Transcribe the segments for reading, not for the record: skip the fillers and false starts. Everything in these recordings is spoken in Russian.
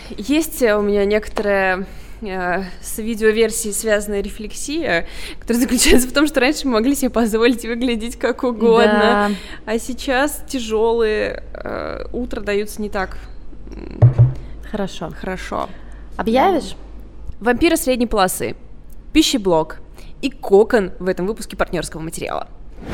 есть у меня некоторая с видеоверсией связанная рефлексия, которая заключается в том, что раньше мы могли себе позволить выглядеть как угодно, а сейчас тяжелые утра даются не так хорошо. Объявишь? Вампиры средней полосы, пищеблок и кокон в этом выпуске партнерского материала.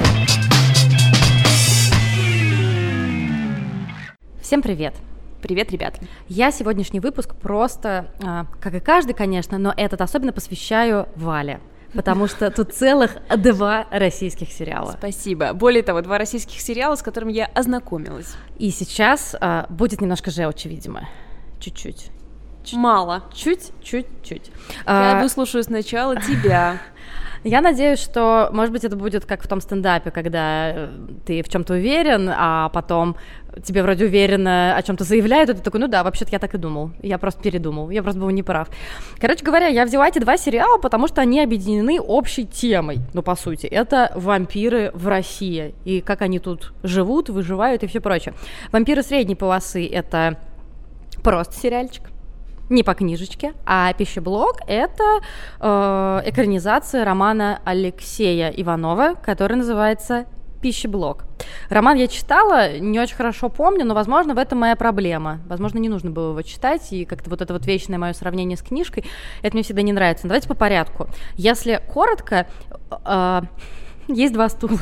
Всем привет! Привет, ребята! Я сегодняшний выпуск просто, как и каждый, конечно, но этот особенно посвящаю Вале, потому что тут целых 2 российских сериала. Спасибо. Более того, 2 российских сериала, с которыми я ознакомилась. И сейчас будет немножко желчи, видимо. Чуть-чуть. Мало. Чуть-чуть. Я выслушаю сначала тебя. Я надеюсь, что, может быть, это будет как в том стендапе, когда ты в чем-то уверен, а потом тебе вроде уверенно о чем-то заявляют, и ты такой, ну да, вообще-то я так и думал, я просто передумал, я просто был неправ. Короче говоря, я взяла эти 2 сериала, потому что они объединены общей темой, ну, по сути, это вампиры в России, и как они тут живут, выживают и все прочее. «Вампиры средней полосы» — это просто сериальчик, не по книжечке, а «Пищеблок» — это экранизация романа Алексея Иванова, который называется «Пищеблок». Роман я читала, не очень хорошо помню, но, возможно, в этом моя проблема. Возможно, не нужно было его читать, и как-то вот это вот вечное мое сравнение с книжкой, это мне всегда не нравится. Но давайте по порядку. Если коротко, есть 2 стула.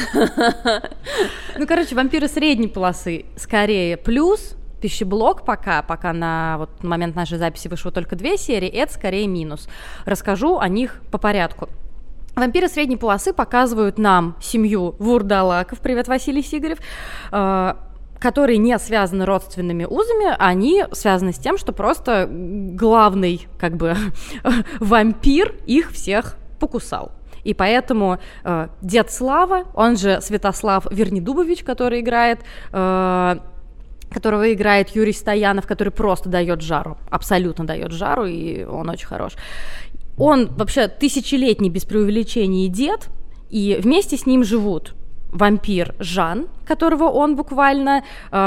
Ну, короче, «Вампиры средней полосы» скорее плюс, «Пищеблок» пока на момент нашей записи вышло только 2 серии, это скорее минус. Расскажу о них по порядку. «Вампиры средней полосы» показывают нам семью вурдалаков, привет, Василий Сигарев, которые не связаны родственными узами, они связаны с тем, что просто главный, как бы, вампир их всех покусал. И поэтому дед Слава, он же Святослав Вернидубович, которого играет Юрий Стоянов, который просто дает жару, абсолютно дает жару, и он очень хорош. Он вообще тысячелетний, без преувеличений, дед, и вместе с ним живут вампир Жан, которого он буквально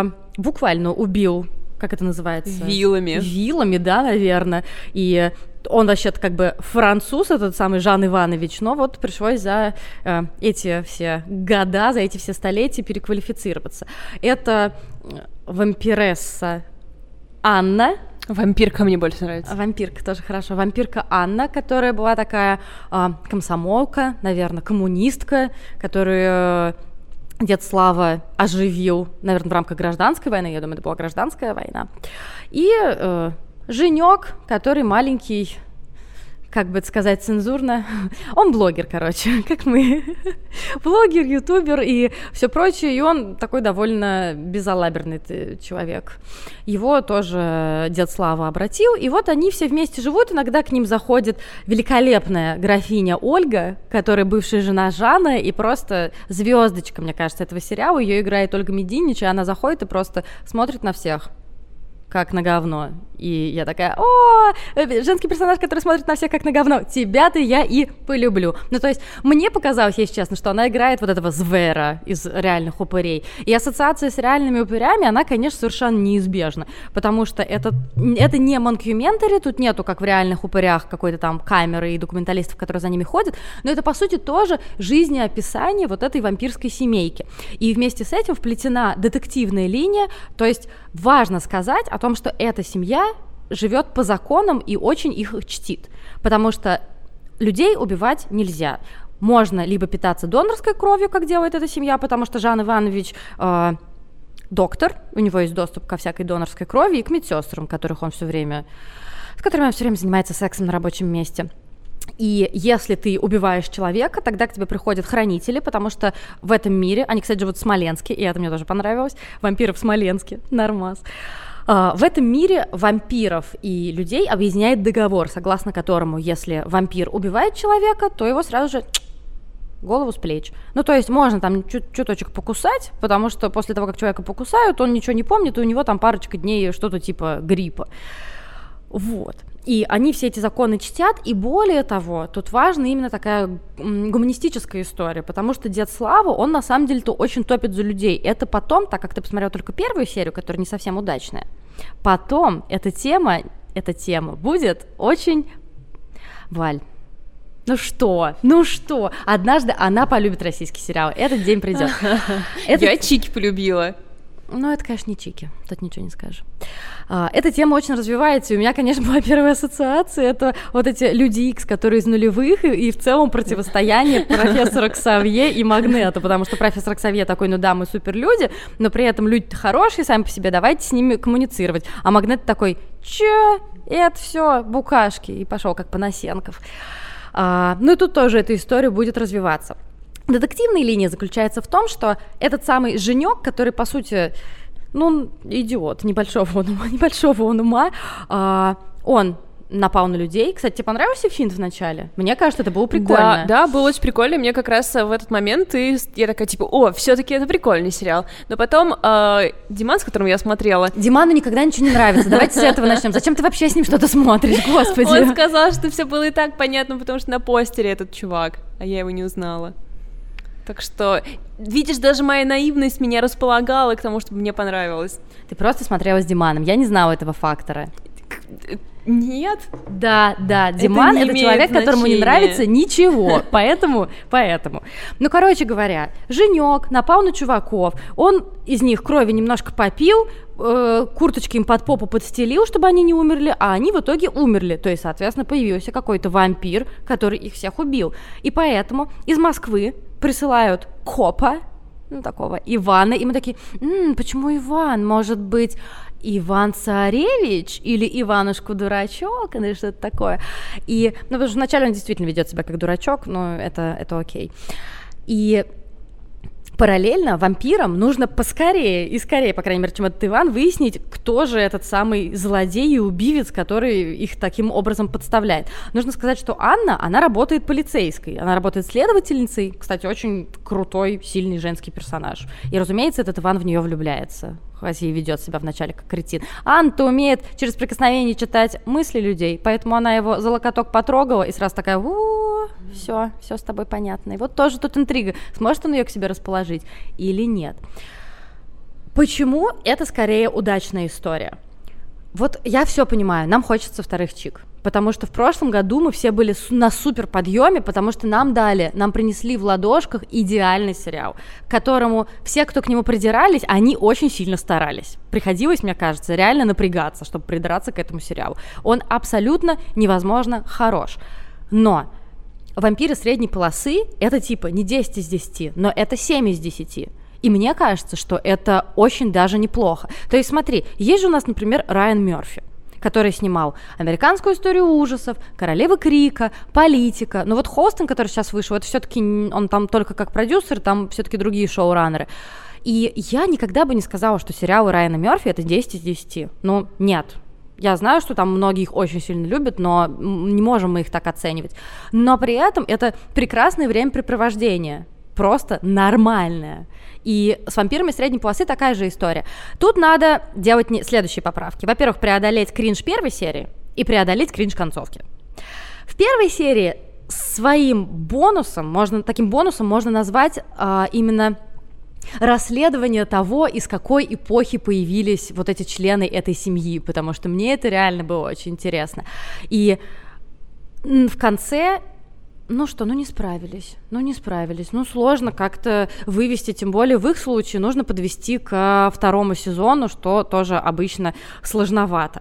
убил, как это называется? Вилами, да, наверное, и он вообще-то как бы француз, этот самый Жан Иванович, но вот пришлось за эти все года, за эти все столетия переквалифицироваться. Это вампиресса Анна. Вампирка мне больше нравится. Вампирка тоже хорошо. Вампирка Анна, которая была такая комсомолка, наверное, коммунистка, которую дед Слава оживил, наверное, в рамках гражданской войны, я думаю, это была гражданская война. И женек, который маленький, как бы это сказать цензурно, он блогер, короче, как мы, блогер, ютубер и все прочее, и он такой довольно безалаберный человек. Его тоже дед Слава обратил, и вот они все вместе живут, иногда к ним заходит великолепная графиня Ольга, которая бывшая жена Жана, и просто звездочка, мне кажется, этого сериала, ее играет Ольга Мединич, и она заходит и просто смотрит на всех как на говно. И я такая, женский персонаж, который смотрит на всех как на говно, тебя-то я и полюблю. Ну, то есть, мне показалось, если честно, что она играет вот этого звера из «Реальных упырей». И ассоциация с «Реальными упырями», она, конечно, совершенно неизбежна, потому что это не монкюментари, тут нету, как в «Реальных упырях», какой-то там камеры и документалистов, которые за ними ходят, но это, по сути, тоже жизнеописание вот этой вампирской семейки. И вместе с этим вплетена детективная линия, то есть важно сказать о том, что эта семья живет по законам и очень их чтит, потому что людей убивать нельзя. Можно либо питаться донорской кровью, как делает эта семья, потому что Жан Иванович доктор, у него есть доступ ко всякой донорской крови и к медсестрам, с которыми он все время занимается сексом на рабочем месте. И если ты убиваешь человека, тогда к тебе приходят хранители, потому что в этом мире, они, кстати, живут в Смоленске, и это мне тоже понравилось, вампиры в Смоленске, нормас. В этом мире вампиров и людей объединяет договор, согласно которому, если вампир убивает человека, то его сразу же голову с плеч. Ну, то есть можно там чуточек покусать, потому что после того, как человека покусают, он ничего не помнит, и у него там парочка дней что-то типа гриппа. Вот. И они все эти законы чтят, и более того, тут важна именно такая гуманистическая история, потому что дед Слава, он на самом деле-то очень топит за людей. Это потом, так как ты посмотрел только первую серию, которая не совсем удачная, Потом эта тема будет очень... Валь, ну что? Однажды она полюбит российский сериал, этот день придет. Я Чики полюбила. Ну, это, конечно, не Чики, тут ничего не скажешь. Эта тема очень развивается, и у меня, конечно, была первая ассоциация, это вот эти Люди Икс, которые из нулевых, и в целом противостояние профессора Ксавье и Магнета, потому что профессор Ксавье такой, ну да, мы суперлюди, но при этом люди-то хорошие сами по себе, давайте с ними коммуницировать, а Магнет такой, чё, это все букашки, и пошел как Панасенков. Ну и тут тоже эта история будет развиваться. Детективная линия заключается в том, что этот самый Женек, который, по сути, ну, идиот, небольшого он ума, он напал на людей. Кстати, тебе понравился финт в начале? Мне кажется, это было прикольно. Да, было очень прикольно. Мне как раз в этот момент я такая, типа, все-таки это прикольный сериал. Но потом Диман, с которым я смотрела... Диману никогда ничего не нравится. Давайте с этого начнем. Зачем ты вообще с ним что-то смотришь, господи? Он сказал, что все было и так понятно, потому что на постере этот чувак, а я его не узнала. Так что, видишь, даже моя наивность меня располагала к тому, чтобы мне понравилось. Ты просто смотрела с Диманом. Я не знала этого фактора. Нет. Да, Диман — это человек, которому не нравится ничего, поэтому. Ну, короче говоря, Женек напал на чуваков, он из них крови немножко попил, курточки им под попу подстелил, чтобы они не умерли, а они в итоге умерли, то есть, соответственно, появился какой-то вампир, который их всех убил, и поэтому из Москвы присылают копа, ну, такого Ивана, и мы такие, почему Иван? Может быть, Иван-Царевич или Иванушка-дурачок или что-то такое. И, ну, потому что вначале он действительно ведет себя как дурачок, но это окей. И параллельно вампирам нужно поскорее, по крайней мере, чем этот Иван, выяснить, кто же этот самый злодей и убивец, который их таким образом подставляет. Нужно сказать, что Анна, она работает полицейской, она работает следовательницей, кстати, очень крутой, сильный женский персонаж. И, разумеется, этот Иван в нее влюбляется, хоть и ведет себя вначале как кретин. Анна-то умеет через прикосновение читать мысли людей, поэтому она его за локоток потрогала и сразу такая, все с тобой понятно. И вот тоже тут интрига, сможет он ее к себе расположить или нет. Почему это скорее удачная история? Вот я все понимаю, нам хочется вторых Чик, потому что в прошлом году мы все были на супер подъеме, потому что нам принесли в ладошках идеальный сериал, к которому все, кто к нему придирались, они очень сильно старались. Приходилось, мне кажется, реально напрягаться, чтобы придраться к этому сериалу. Он абсолютно невозможно хорош. Но «Вампиры средней полосы» — это типа не 10 из 10, но это 7 из 10. И мне кажется, что это очень даже неплохо. То есть смотри, есть же у нас, например, Райан Мерфи, который снимал «Американскую историю ужасов», «Королевы Крика», «Политика». Но вот «Хостинг», который сейчас вышел, это все-таки он там только как продюсер, там все-таки другие шоураннеры. И я никогда бы не сказала, что сериалы Райана Мерфи — это 10 из 10. Ну, нет. Я знаю, что там многие их очень сильно любят, но не можем мы их так оценивать. Но при этом это прекрасное времяпрепровождение, просто нормальное. И с «Вампирами средней полосы» такая же история. Тут надо делать следующие поправки. Во-первых, преодолеть кринж первой серии и преодолеть кринж концовки. В первой серии своим бонусом, таким бонусом можно назвать именно расследование того, из какой эпохи появились вот эти члены этой семьи, потому что мне это реально было очень интересно. И в конце, не справились. Сложно как-то вывести, тем более в их случае нужно подвести ко второму сезону, что тоже обычно сложновато.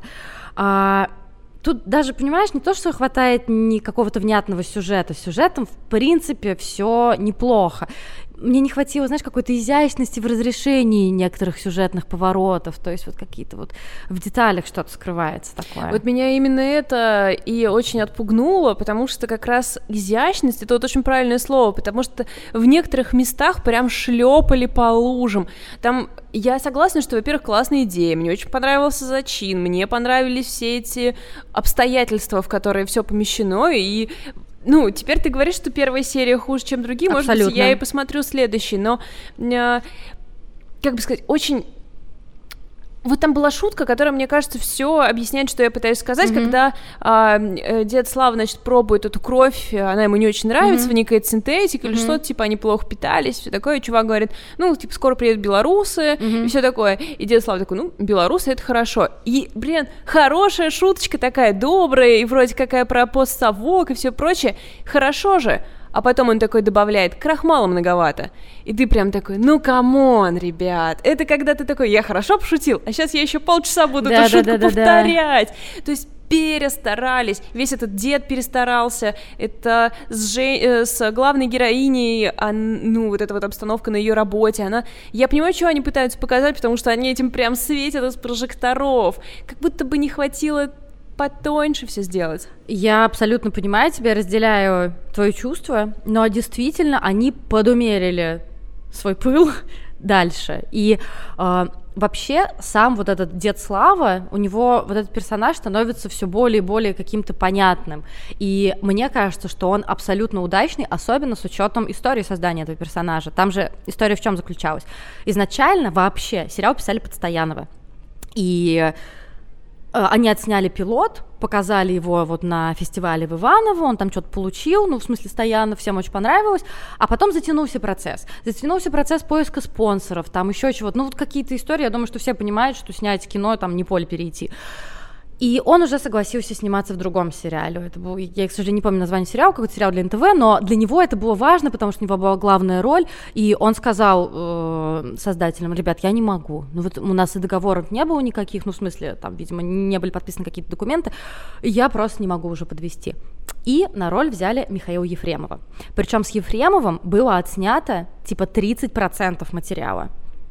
Тут даже, понимаешь, не то, что хватает ни какого-то внятного сюжета. С сюжетом, в принципе, все неплохо. Мне не хватило, знаешь, какой-то изящности в разрешении некоторых сюжетных поворотов, то есть вот какие-то вот в деталях что-то скрывается такое. Вот меня именно это и очень отпугнуло, потому что как раз изящность — это вот очень правильное слово, потому что в некоторых местах прям шлепали по лужам. Там я согласна, что, во-первых, классная идея, мне очень понравился зачин, мне понравились все эти обстоятельства, в которые все помещено, и теперь ты говоришь, что первая серия хуже, чем другие. Абсолютно. Может быть, я и посмотрю следующий, но, как бы сказать, очень Вот там была шутка, которая, мне кажется, все объясняет, что я пытаюсь сказать, когда дед Слава, значит, пробует эту кровь, она ему не очень нравится, в ней какая-то синтетика или что-то, типа, они плохо питались, все такое, и чувак говорит, ну, типа, скоро приедут белорусы, и все такое, и дед Слава такой, ну, белорусы — это хорошо, и, блин, хорошая шуточка такая, добрая, и вроде какая про постсовок и все прочее, хорошо же. А потом он такой добавляет, крахмала многовато. И ты прям такой, ну камон, ребят. Это когда ты такой, я хорошо пошутил, а сейчас я еще полчаса буду эту шутку повторять. То есть перестарались, весь этот дед перестарался, это с главной героиней, ну, вот эта вот обстановка на ее работе, я понимаю, чего они пытаются показать, потому что они этим прям светят из прожекторов, как будто бы не хватило потоньше все сделать. Я абсолютно понимаю тебя, разделяю твои чувства, но действительно они подумерили свой пыл дальше. И вообще сам вот этот дед Слава, у него вот этот персонаж становится все более и более каким-то понятным. И мне кажется, что он абсолютно удачный, особенно с учетом истории создания этого персонажа. Там же история в чем заключалась? Изначально вообще сериал писали под Стоянова. И они отсняли пилот, показали его вот на фестивале в Иваново, он там что-то получил, ну, в смысле, Стоянов, всем очень понравилось, а потом затянулся процесс поиска спонсоров, там еще чего-то, ну, вот какие-то истории, я думаю, что все понимают, что снять кино, там, не поле перейти. И он уже согласился сниматься в другом сериале. Это был, я, к сожалению, не помню название сериала, какой-то сериал для НТВ, но для него это было важно, потому что у него была главная роль, и он сказал создателям, ребят, я не могу. Ну вот у нас и договоров не было никаких, ну в смысле, там, видимо, не были подписаны какие-то документы, я просто не могу уже подвести. И на роль взяли Михаила Ефремова. Причем с Ефремовым было отснято типа 30% материала.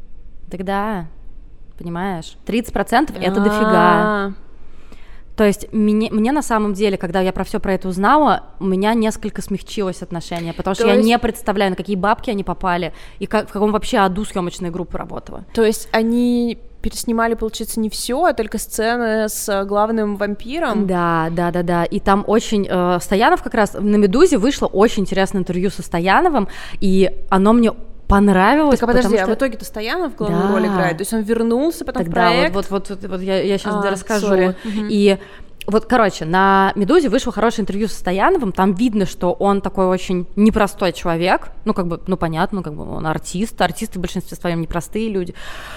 Тогда, понимаешь, 30% это дофига. То есть мне на самом деле, когда я про все про это узнала, у меня несколько смягчилось отношение, потому что я не представляю, на какие бабки они попали и в каком вообще аду съемочная группа работала. То есть они переснимали, получается, не все, а только сцены с главным вампиром? Да. И там очень... Стоянов как раз на «Медузе» вышло очень интересное интервью со Стояновым, и оно мне понравилось. Так, а подожди, в итоге-то Стоянов главную роль играет? То есть он вернулся потом в проект? Вот я сейчас расскажу. И вот, короче, на «Медузе» вышло хорошее интервью со Стояновым, там видно, что он такой очень непростой человек, ну, как бы, ну, понятно, как бы он артисты в большинстве своем непростые люди.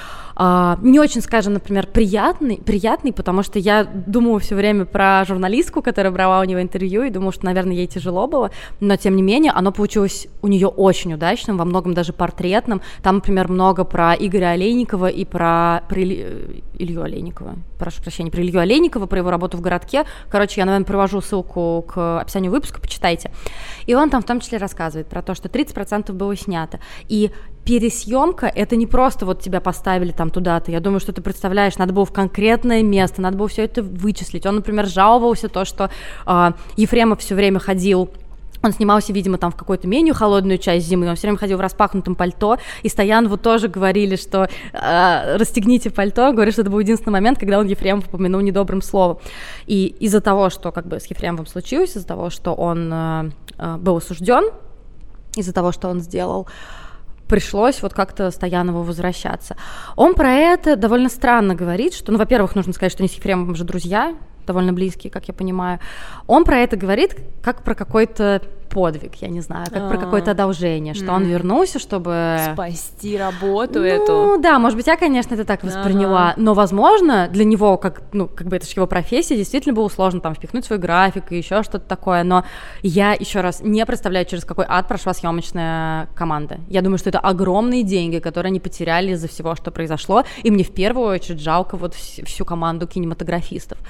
Не очень, скажем, например, приятный, потому что я думала все время про журналистку, которая брала у него интервью, и думала, что, наверное, ей тяжело было, но, тем не менее, оно получилось у нее очень удачным, во многом даже портретным. Там, например, много про Игоря Олейникова и про Илью Олейникова, прошу прощения, про Илью Олейникова, про его работу в «Городке». Короче, я, наверное, привожу ссылку к описанию выпуска, почитайте. И он там в том числе рассказывает про то, что 30% было снято, и пересъемка — это не просто вот тебя поставили там туда-то. Я думаю, что ты представляешь, надо было в конкретное место, надо было все это вычислить. Он, например, жаловался то, что Ефремов все время ходил. Он снимался, видимо, там в какой-то менее холодную часть зимы, он все время ходил в распахнутом пальто, и Стоянову тоже говорили, что расстегните пальто, говорят, что это был единственный момент, когда он Ефремов упомянул недобрым словом. И из-за того, что как бы с Ефремовым случилось, из-за того, что он был осужден, из-за того, что он сделал, пришлось вот как-то Стоянову возвращаться. Он про это довольно странно говорит, что, ну, во-первых, нужно сказать, что они с Ефремовым же друзья, довольно близкие, как я понимаю. Он про это говорит как про какой-то подвиг, я не знаю, как про какое-то одолжение, что он вернулся, чтобы... Спасти работу эту. Ну, да, может быть, я, конечно, это так восприняла, но, возможно, для него, как бы это же его профессия, действительно было сложно там впихнуть свой график и еще что-то такое, но я, еще раз, не представляю, через какой ад прошла съемочная команда. Я думаю, что это огромные деньги, которые они потеряли из-за всего, что произошло, и мне в первую очередь жалко вот всю команду кинематографистов.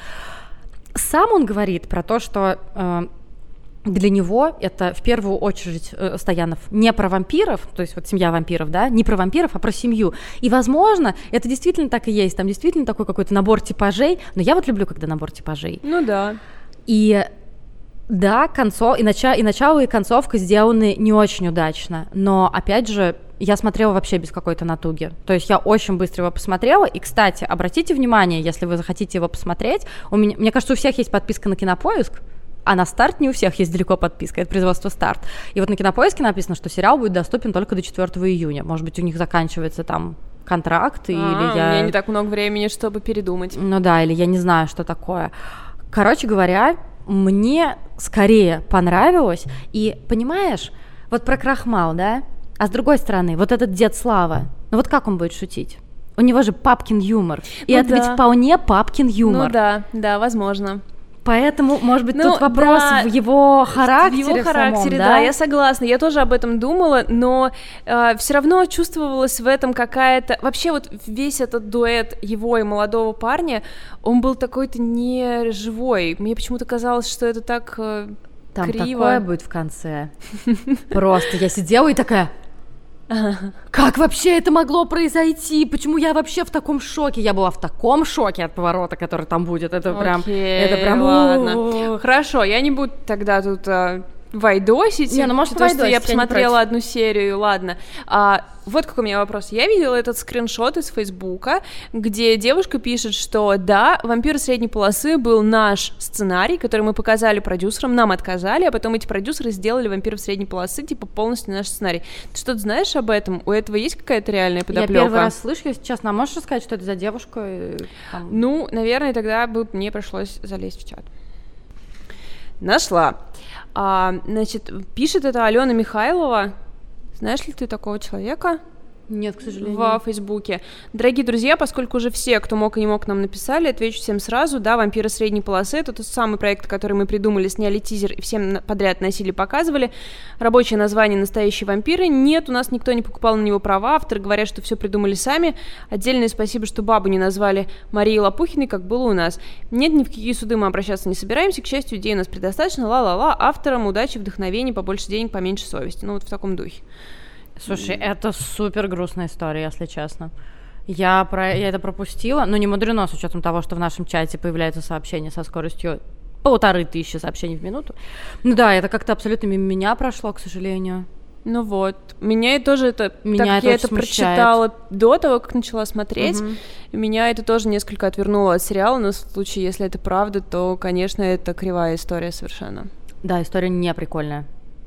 Сам он говорит про то, что... Для него это в первую очередь Стоянов не про вампиров, то есть вот семья вампиров, да, не про вампиров, а про семью. И, возможно, это действительно так и есть, там действительно такой какой-то набор типажей, но я вот люблю, когда набор типажей. Ну да. И да, и начало, и концовка сделаны не очень удачно, но, опять же, я смотрела вообще без какой-то натуги, то есть я очень быстро его посмотрела, и, кстати, обратите внимание, если вы захотите его посмотреть, мне кажется, у всех есть подписка на Кинопоиск, а на Старт не у всех есть далеко подписка, это производство Старт. И вот на Кинопоиске написано, что сериал будет доступен только до 4 июня. Может быть, у них заканчивается там контракт, или я... У меня не так много времени, чтобы передумать. Ну да, или я не знаю, что такое. Короче говоря, мне скорее понравилось, и, понимаешь, вот про крахмал, да, а с другой стороны, вот этот дед Слава, ну вот как он будет шутить? У него же папкин юмор, и это ведь вполне папкин юмор. Ну да, возможно. Поэтому, может быть, тут вопрос в его характере. В его характере, самом, да, я согласна. Я тоже об этом думала, но все равно чувствовалась в этом какая-то... Вообще вот весь этот дуэт его и молодого парня, он был такой-то не живой. Мне почему-то казалось, что это так там криво. Такое будет в конце. Просто я сидела и такая... Как вообще это могло произойти? Почему я вообще в таком шоке? Я была в таком шоке от поворота, который там будет. Это прям... Это прям... Ладно. Хорошо, я не буду тогда тут вайдосить. Не, ну может потому что я посмотрела я одну серию, ладно. Вот какой у меня вопрос. Я видела этот скриншот из Фейсбука, где девушка пишет, что да, «Вампир средней полосы» был наш сценарий, который мы показали продюсерам, нам отказали, а потом эти продюсеры сделали «Вампиров средней полосы», типа полностью наш сценарий. Ты что-то знаешь об этом? У этого есть какая-то реальная подоплёка? Я первый раз слышу, если честно. А можешь сказать, что это за девушка? Ну, наверное, тогда бы мне пришлось залезть в чат. Нашла. Значит, пишет это Алена Михайлова. Знаешь ли ты такого человека? Нет, к сожалению. В Фейсбуке. Дорогие друзья, поскольку уже все, кто мог и не мог, нам написали, отвечу всем сразу. Да, «Вампиры средней полосы» — это тот самый проект, который мы придумали, сняли тизер и всем подряд носили, показывали. Рабочее название «Настоящие вампиры». Нет, у нас никто не покупал на него права. Авторы говорят, что все придумали сами. Отдельное спасибо, что бабу не назвали Марией Лопухиной, как было у нас. Нет, ни в какие суды мы обращаться не собираемся. К счастью, идей у нас предостаточно. Ла-ла-ла. Авторам удачи, вдохновения, побольше денег, поменьше совести. Ну вот в таком духе. Слушай, это супер грустная история, если честно. Я это пропустила, но не мудрено, с учетом того, что в нашем чате появляются сообщения со скоростью 1500 сообщений в минуту. Ну да, это как-то абсолютно мимо меня прошло, к сожалению. Ну вот, меня тоже это... Меня так это я это прочитала до того, как начала смотреть, Угу. Меня это тоже несколько отвернуло от сериала, но в случае, если это правда, то, конечно, это кривая история совершенно. Да, история не прикольная.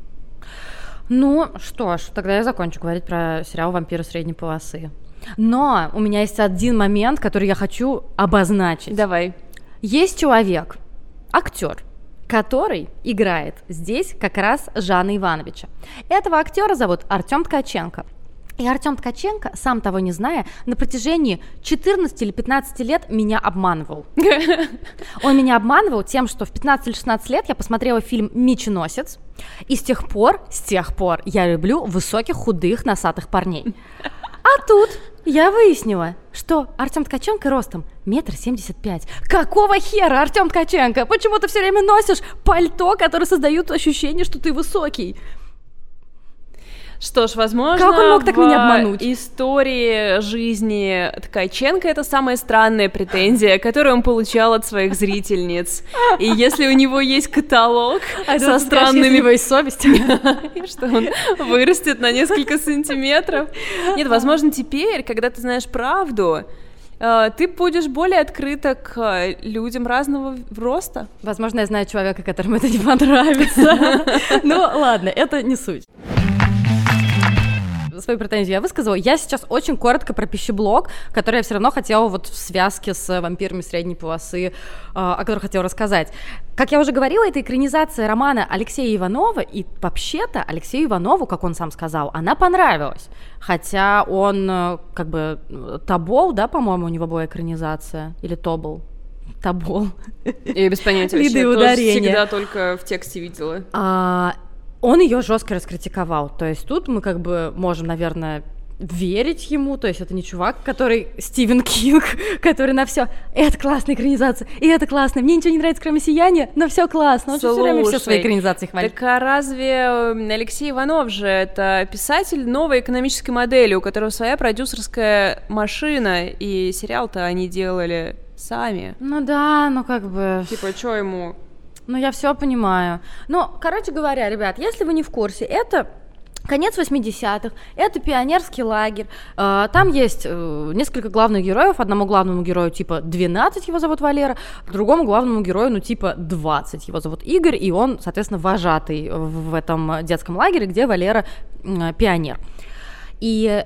Ну, что ж, тогда я закончу говорить про сериал «Вампиры средней полосы». Но у меня есть один момент, который я хочу обозначить. Давай. Есть человек, актер, который играет здесь как раз Жана Ивановича. Этого актера зовут Артем Ткаченко. И Артем Ткаченко, сам того не зная, на протяжении 14 или 15 лет меня обманывал. Он меня обманывал тем, что в 15 или 16 лет я посмотрела фильм «Меченосец», и с тех пор я люблю высоких, худых, носатых парней. А тут я выяснила, что Артем Ткаченко ростом 1,75 м. Какого хера, Артем Ткаченко? Почему ты все время носишь пальто, которое создает ощущение, что ты высокий? Что ж, возможно, как он мог так меня обмануть? Истории жизни Ткаченко это самая странная претензия, которую он получал от своих зрительниц. И если у него есть каталог со странными... его есть совесть. Что он вырастет на несколько сантиметров. Нет, возможно, теперь, когда ты знаешь правду, ты будешь более открыта к людям разного роста. Возможно, я знаю человека, которому это не понравится. Ну, ладно, это не суть. Свою претензию я высказала. Я сейчас очень коротко про пищеблок, который я все равно хотела вот в связке с «Вампирами средней полосы», о котором хотела рассказать. Как я уже говорила, это экранизация романа Алексея Иванова, и вообще-то Алексею Иванову, как он сам сказал, она понравилась. Хотя он как бы Тобол, да, по-моему, у него была экранизация, или Тобол. Тобол. Я без понятия вообще, я тоже всегда только в тексте видела. Он ее жестко раскритиковал, то есть тут мы как бы можем, наверное, верить ему, то есть это не чувак, который Стивен Кинг, который на все, это классная экранизация, и это классно, мне ничего не нравится, кроме «Сияния», но все классно, он же все время все свои экранизации хвалит. Так а разве Алексей Иванов же это писатель новой экономической модели, у которого своя продюсерская машина, и сериал-то они делали сами? Ну да, ну как бы... Типа, что ему... Ну, я все понимаю. Но, короче говоря, ребят, если вы не в курсе, это конец 80-х, это пионерский лагерь, там есть несколько главных героев, одному главному герою типа 12, его зовут Валера, другому главному герою, ну, типа 20, его зовут Игорь, и он, соответственно, вожатый в этом детском лагере, где Валера пионер. И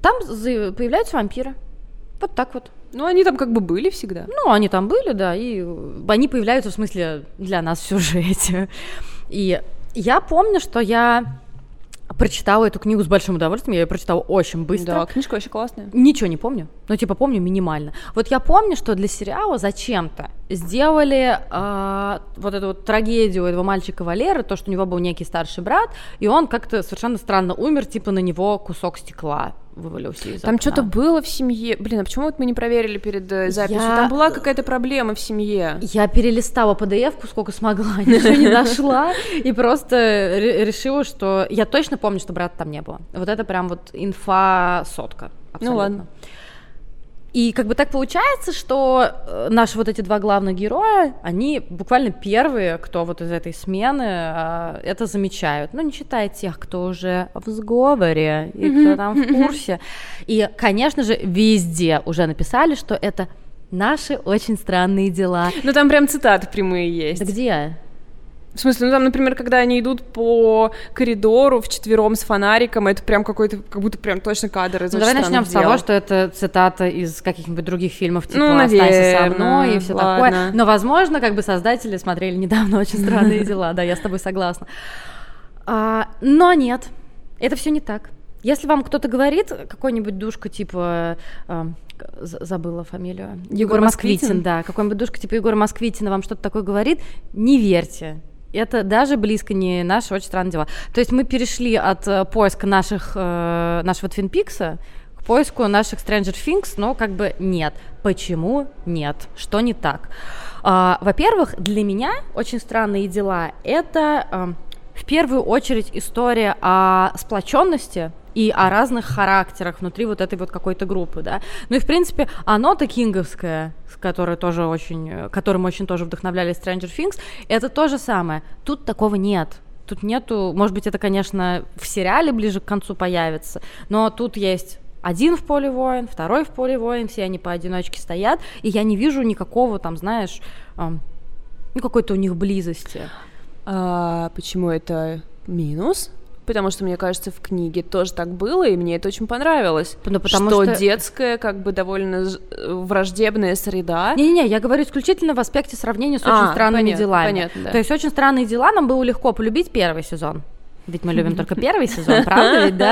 там появляются вампиры. Вот так вот. Ну, они там как бы были всегда. Ну, они там были, да, и они появляются, в смысле, для нас в сюжете. И я помню, что я прочитала эту книгу с большим удовольствием, я ее прочитала очень быстро. Да, книжка вообще классная. Ничего не помню, но типа помню минимально. Вот я помню, что для сериала зачем-то сделали вот эту вот трагедию этого мальчика Валеры, то, что у него был некий старший брат, и он как-то совершенно странно умер, типа на него кусок стекла вывалился из окна. Там что-то было в семье. Блин, а почему вот мы не проверили перед записью? Там была какая-то проблема в семье. Я перелистала PDF-ку сколько смогла, ничего не нашла, и просто решила, что... Я точно помню, что брата там не было. Вот это прям вот инфа сотка. Абсолютно. Ну ладно. И как бы так получается, что наши вот эти два главных героя, они буквально первые, кто вот из этой смены это замечают. Ну, не считая тех, кто уже в сговоре и кто там в курсе. И, конечно же, везде уже написали, что это наши очень странные дела. Ну, там прям цитаты прямые есть. Да где? В смысле, ну там, например, когда они идут по коридору вчетвером с фонариком, это прям какой-то, как будто прям точно кадр из «Очень давай странных начнем с дел». того, что это цитата из каких-нибудь других фильмов, типа ну, «Останься со мной» и все ладно. такое. Но, возможно, как бы создатели смотрели недавно «Очень странные дела». Да, я с тобой согласна. Но нет, это все не так. Если вам кто-то говорит, какой-нибудь душка типа... забыла фамилию. Егор Москвитин? Да, какой-нибудь душка типа Егора Москвитина вам что-то такое говорит, не верьте. Это даже близко не наши «Очень странные дела». То есть мы перешли от поиска нашего Твин Пикса к поиску наших Stranger Things, но как бы нет. Почему нет? Что не так? Во-первых, для меня «Очень странные дела» — это в первую очередь история о сплоченности и о разных характерах внутри вот этой вот какой-то группы, да. Ну и, в принципе, оно-то кинговское, которым очень тоже вдохновлялись Stranger Things, это то же самое. Тут такого нет. Тут нету, может быть, это, конечно, в сериале ближе к концу появится, но тут есть один в поле воин, второй в поле воин, все они поодиночке стоят, и я не вижу никакого там, знаешь, какой-то у них близости. Почему это минус? Потому что, мне кажется, в книге тоже так было, и мне это очень понравилось. Ну, потому что детская, как бы, довольно враждебная среда. Не-не-не, я говорю исключительно в аспекте сравнения с «Очень странными делами». Понятно, да. То есть «Очень странные дела» нам было легко полюбить первый сезон. Ведь мы любим только первый сезон, правда ведь,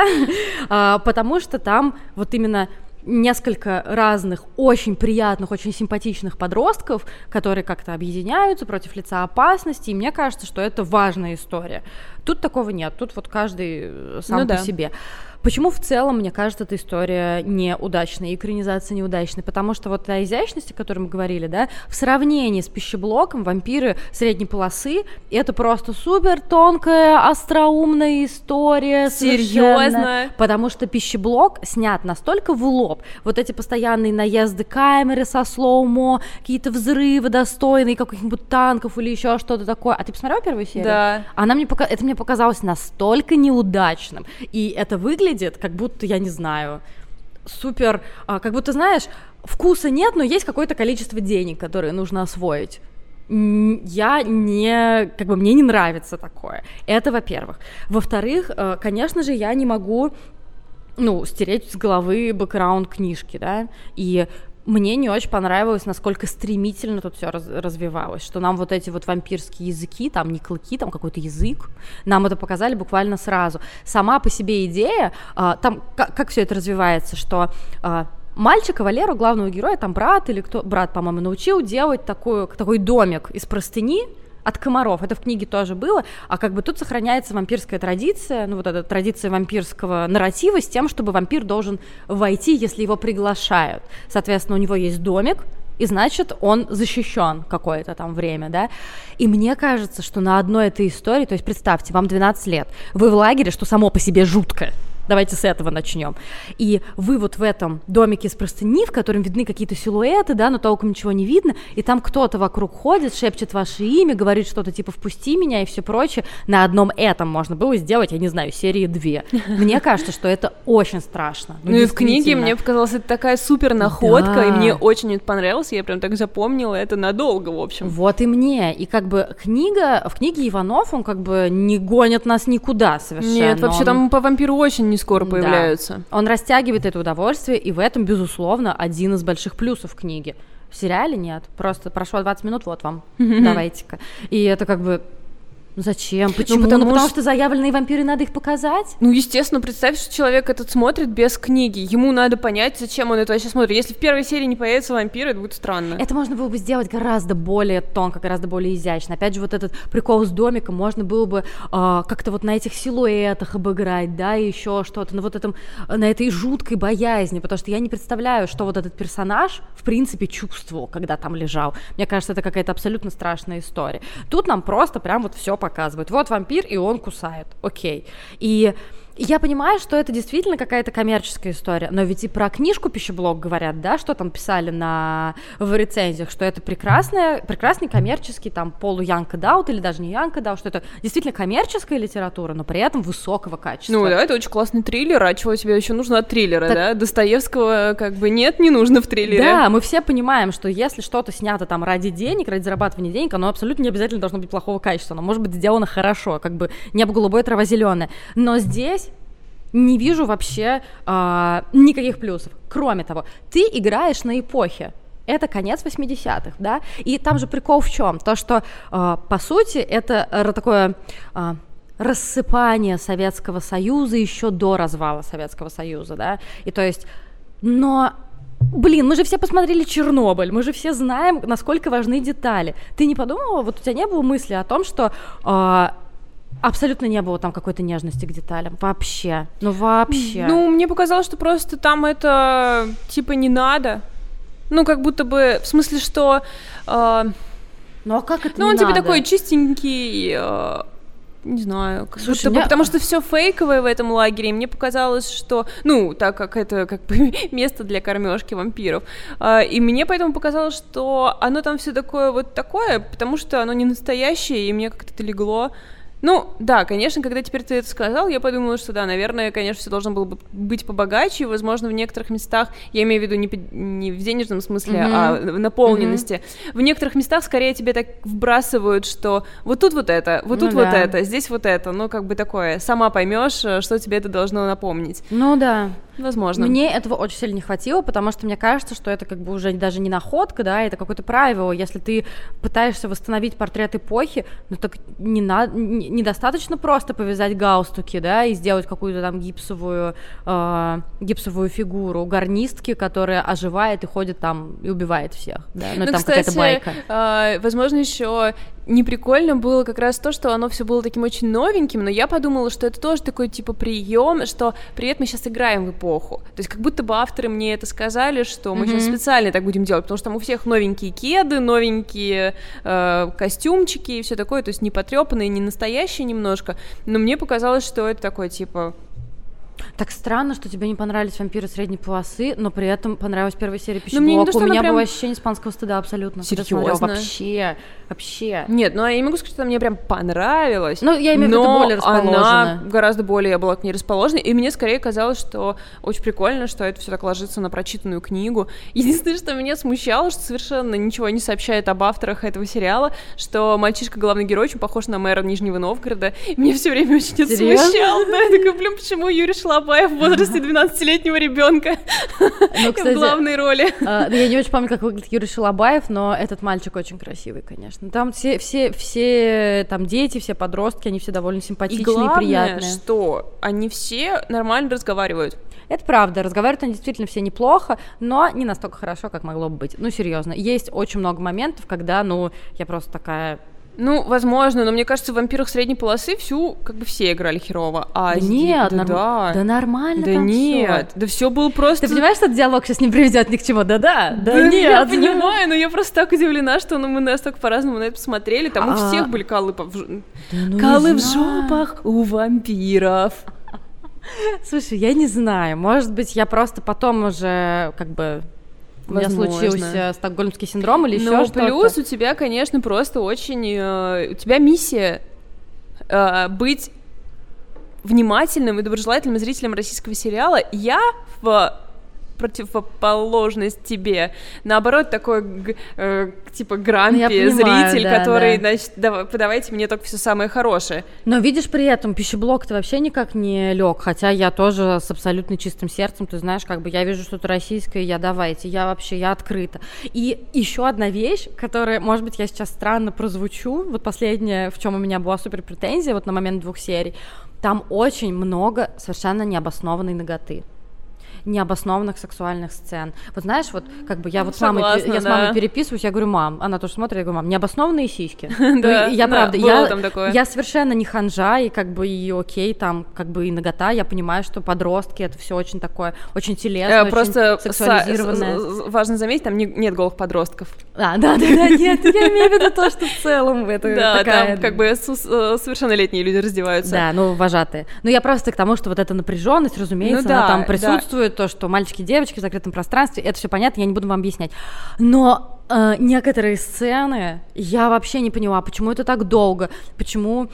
да? Потому что там вот именно несколько разных, очень приятных, очень симпатичных подростков, которые как-то объединяются против лица опасности, и мне кажется, что это важная история. Тут такого нет, тут вот каждый сам по себе. Почему в целом, мне кажется, эта история неудачная, экранизация неудачная? Потому что вот та изящность, о которой мы говорили, да, в сравнении с «Пищеблоком» «Вампиры средней полосы» — это просто супер тонкая, остроумная история. Серьезно? Потому что «Пищеблок» снят настолько в лоб. Вот эти постоянные наезды камеры со слоумо, какие-то взрывы достойные каких-нибудь танков или еще что-то такое. А ты посмотрела первую серию? Да. Это мне показалось настолько неудачным. И это выглядит как будто, я не знаю, супер, как будто, знаешь, вкуса нет, но есть какое-то количество денег, которые нужно освоить. Мне не нравится такое. Это, во-первых. Во-вторых, конечно же, я не могу, стереть с головы бэкграунд книжки, да, и мне не очень понравилось, насколько стремительно тут все развивалось, что нам вот эти вот вампирские языки, там не клыки, там какой-то язык, нам это показали буквально сразу. Сама по себе идея, там как все это развивается, что мальчика Валеру, главного героя, там брат, по-моему, научил делать такой домик из простыни от комаров. Это в книге тоже было, а как бы тут сохраняется вампирская традиция, вот эта традиция вампирского нарратива с тем, чтобы вампир должен войти, если его приглашают. Соответственно, у него есть домик, и значит, он защищен какое-то там время, да. И мне кажется, что на одной этой истории, то есть представьте, вам 12 лет, вы в лагере, что само по себе жутко. Давайте с этого начнем. И вы вот в этом домике из простыни, в котором видны какие-то силуэты, да, но толком ничего не видно, и там кто-то вокруг ходит, шепчет ваше имя, говорит что-то типа «впусти меня» и все прочее. На одном этом можно было сделать, я не знаю, серии 2. Мне кажется, что это очень страшно. Ну и в книге мне показалось, это такая супер находка, да. И мне очень это понравилось, я прям так запомнила это надолго, в общем. Вот и мне. И как бы в книге Иванов, он как бы не гонит нас никуда совершенно. Нет, вообще там по вампиру очень скоро появляются. Он растягивает это удовольствие, и в этом, безусловно, один из больших плюсов книги. В сериале нет, просто прошло 20 минут, вот вам, давайте-ка. И это как бы... Зачем? Почему? Потому что заявленные вампиры, надо их показать? Ну, естественно, представь, что человек этот смотрит без книги. Ему надо понять, зачем он это вообще смотрит. Если в первой серии не появится вампир, это будет странно. Это можно было бы сделать гораздо более тонко, гораздо более изящно. Опять же, вот этот прикол с домиком можно было бы как-то вот на этих силуэтах обыграть, да, и еще что-то, на этой жуткой боязни, потому что я не представляю, что вот этот персонаж, в принципе, чувствовал, когда там лежал. Мне кажется, это какая-то абсолютно страшная история. Тут нам просто прям вот все показывают. Вот вампир, и он кусает. Окей. И я понимаю, что это действительно какая-то коммерческая история, но ведь и про книжку «Пищеблок» говорят, да, что там писали в рецензиях, что это прекрасный коммерческий там полу-янг адаут или даже не янг адаут, что это действительно коммерческая литература, но при этом высокого качества. Ну да, это очень классный триллер, а чего тебе еще нужно от триллера, да? Достоевского как бы нет, не нужно в триллере. Да, мы все понимаем, что если что-то снято там ради денег, ради зарабатывания денег, оно абсолютно не обязательно должно быть плохого качества, оно может быть сделано хорошо, как бы небо голубое, трава зеленая, но здесь не вижу вообще никаких плюсов. Кроме того, ты играешь на эпохе. Это конец 80-х, да? И там же прикол в чем? То, что, по сути, это такое рассыпание Советского Союза еще до развала Советского Союза, да? И то есть, но... Блин, мы же все посмотрели «Чернобыль», мы же все знаем, насколько важны детали. Ты не подумала, вот у тебя не было мысли о том, что... абсолютно не было там какой-то нежности к деталям. Вообще. Ну, вообще. Ну, мне показалось, что просто там это, типа, не надо. Ну, как будто бы, в смысле, что... ну, а как это он не типа надо? такой чистенький... не знаю, как Слушай, будто бы, потому что все фейковое в этом лагере, и мне показалось, что, ну, так как это как бы место для кормежки вампиров, и мне поэтому показалось, что оно там все такое вот такое, потому что оно не настоящее, и мне как-то это легло. Ну, да, конечно, когда теперь ты это сказал, я подумала, что да, наверное, конечно, все должно было бы быть побогаче, и, возможно, в некоторых местах, я имею в виду не в денежном смысле, а в наполненности, в некоторых местах скорее тебе так вбрасывают, что вот тут вот это, вот тут вот это, здесь вот это, ну, как бы такое, сама поймешь, что тебе это должно напомнить. Ну, да. Возможно. Мне этого очень сильно не хватило, потому что мне кажется, что это как бы уже даже не находка, да, это какое-то правило. Если ты пытаешься восстановить портрет эпохи, ну так недостаточно просто повязать галстуки, да, и сделать какую-то там гипсовую фигуру гарнистки, которая оживает и ходит там и убивает всех, да, ну, там кстати, какая-то байка. Возможно, еще неприкольно было как раз то, что оно все было таким очень новеньким, но я подумала, что это тоже такой типа прием, что привет, мы сейчас играем в эпоху. То есть как будто бы авторы мне это сказали, что мы сейчас специально так будем делать, потому что там у всех новенькие кеды, новенькие костюмчики и все такое, то есть не потрепанные, не настоящие немножко, но мне показалось, что это такое типа... Так странно, что тебе не понравились «Вампиры средней полосы», но при этом понравилась первая серия «Пищеблока». У меня прям... было ощущение испанского стыда абсолютно. Серьезно? Вообще. Нет, ну я не могу сказать, что она мне прям понравилась. Ну, я имею в виду, ты более расположена. Она гораздо более, я была к ней расположена, и мне скорее казалось, что очень прикольно, что это все так ложится на прочитанную книгу. Единственное, что меня смущало, что совершенно ничего не сообщает об авторах этого сериала, что мальчишка, главный герой, очень похож на мэра Нижнего Новгорода, и мне все время очень это смущало. Да, я такая, блин, почему Юрий Шалобаев в возрасте 12-летнего ребенка в главной роли? Я не очень помню, как выглядит Юрий Шалобаев, но этот мальчик очень красивый, конечно. Там все там дети, все подростки, они все довольно симпатичные и приятные. И главное, что они все нормально разговаривают. Это правда, разговаривают они действительно все неплохо, но не настолько хорошо, как могло бы быть. Ну, серьезно, есть очень много моментов, когда, я просто такая... Ну, возможно, но мне кажется, в «Вампирах средней полосы» как бы все играли херово. Да нет, да нормально да там нет, всё. Да все было просто... Ты понимаешь, что этот диалог сейчас не приведет ни к чему? Да нет. Я понимаю, но я просто так удивлена, что мы настолько по-разному на это посмотрели. Там у всех были калы в жопах у вампиров. Слушай, я не знаю, может быть, я просто потом уже как бы... У меня случился стокгольмский синдром или еще что-то. Но плюс у тебя, конечно, просто очень... у тебя миссия быть внимательным и доброжелательным зрителем российского сериала. Я в противоположность тебе. Наоборот, такой, типа, грампи зритель, который, значит, подавайте мне только все самое хорошее. Но видишь, при этом пищеблок-то вообще никак не лег, хотя я тоже с абсолютно чистым сердцем, ты знаешь, как бы я вижу что-то российское, я открыта. И еще одна вещь, которая, может быть, я сейчас странно прозвучу, вот последняя, в чем у меня была супер претензия, вот на момент 2 серий, там очень много совершенно необоснованной наготы, необоснованных сексуальных сцен. Вот знаешь, вот как бы я вот с мамой переписываюсь, я говорю, мам, она тоже смотрит, я говорю, мам, необоснованные сиськи. Я правда, я совершенно не ханжа, и как бы и окей, там как бы и нагота, я понимаю, что подростки, это все очень такое, очень телесное, очень сексуализированное. Важно заметить, там нет голых подростков. Да, нет, я имею в виду то, что в целом это такая... Да, там как бы совершеннолетние люди раздеваются. Да, ну, вожатые. Но я просто к тому, что вот эта напряженность, разумеется, она там присутствует, то, что мальчики и девочки в закрытом пространстве, это все понятно, я не буду вам объяснять. Но некоторые сцены я вообще не поняла, почему это так долго, почему...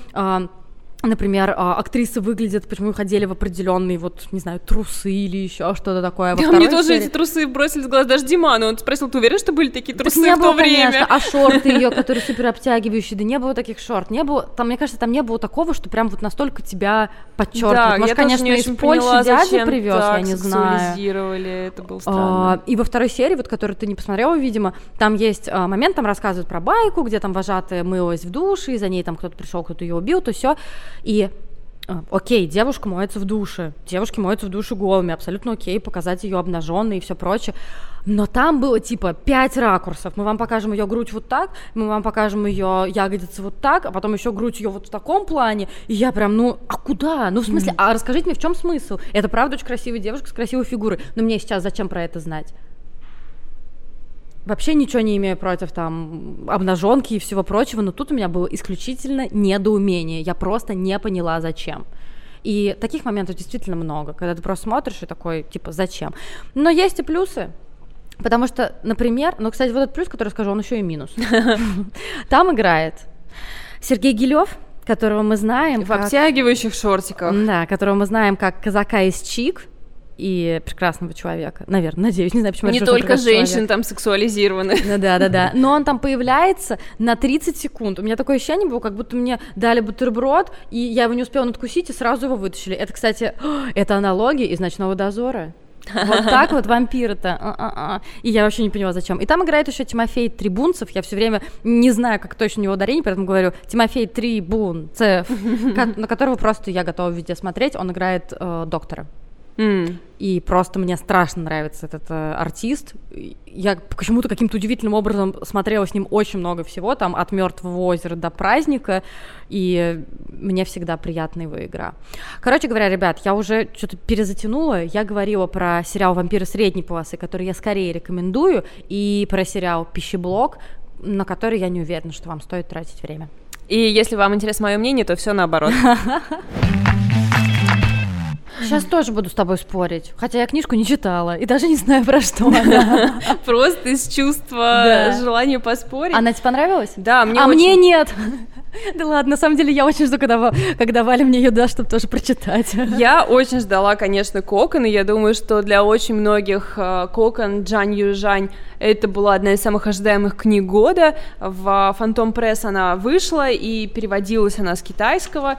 Например, актрисы выглядят, почему их одели в определенные, вот, не знаю, трусы или еще что-то такое. Да, мне тоже эти трусы бросились в глаз, даже Диману, он спросил, ты уверен, что были такие трусы в то время? Конечно, а шорты ее, которые супер обтягивающие, да не было таких шорт, не было, там, мне кажется, там не было такого, что прям вот настолько тебя подчеркивает. Да, может, конечно, из Польши дядя привез, я не знаю. Это было странно. И во 2 серии, вот, которую ты не посмотрела, видимо, там есть момент, там рассказывают про байку, где там вожатая мылась в душе, и за ней там кто-то пришел, кто-то ее убил, то все. И окей, девушка моется в душе, девушки моются в душе голыми, абсолютно окей, показать ее обнаженной и все прочее. Но там было типа 5 ракурсов. Мы вам покажем ее грудь вот так, мы вам покажем ее ягодицы вот так, а потом еще грудь ее вот в таком плане. И я прям, а куда? Ну, в смысле, а расскажите мне, в чем смысл? Это правда очень красивая девушка с красивой фигурой, но мне сейчас зачем про это знать? Вообще ничего не имею против там обнаженки и всего прочего, но тут у меня было исключительно недоумение. Я просто не поняла, зачем. И таких моментов действительно много, когда ты просто смотришь и такой, типа, зачем? Но есть и плюсы. Потому что, например, кстати, вот этот плюс, который скажу, он еще и минус. Там играет Сергей Гилев, которого мы знаем в обтягивающих шортиках. Да, которого мы знаем как казака из Чик. И прекрасного человека, наверное, надеюсь, не знаю, почему. Не только женщины там сексуализированы. Да. Но он там появляется на 30 секунд. У меня такое ощущение было, как будто мне дали бутерброд, и я его не успела надкусить, и сразу его вытащили. Это, кстати, это аналогия из «Ночного дозора». Вот так вот вампиры-то. И я вообще не поняла, зачем. И там играет еще Тимофей Трибунцев. Я все время не знаю, как точно у него ударение, поэтому говорю Тимофей Трибунцев, на которого просто я готова везде смотреть. Он играет доктора. И просто мне страшно нравится этот артист. Я почему-то каким-то удивительным образом смотрела с ним очень много всего, там от «Мертвого озера» до «Праздника», и мне всегда приятна его игра. Короче говоря, ребят, я уже что-то перезатянула. Я говорила про сериал «Вампиры средней полосы», который я скорее рекомендую, и про сериал «Пищеблок», на который я не уверена, что вам стоит тратить время. И если вам интересно мое мнение, то все наоборот. Сейчас тоже буду с тобой спорить, хотя я книжку не читала и даже не знаю, про что она. Просто из чувства желания поспорить. Она тебе понравилась? Да, мне мне нет. Да ладно, на самом деле я очень жду, когда Валя мне ее даст, чтобы тоже прочитать. Я очень ждала, конечно, «Кокон», и я думаю, что для очень многих «Кокон» Джань Южань это была одна из самых ожидаемых книг года. В «Фантом Пресс» она вышла, и переводилась она с китайского.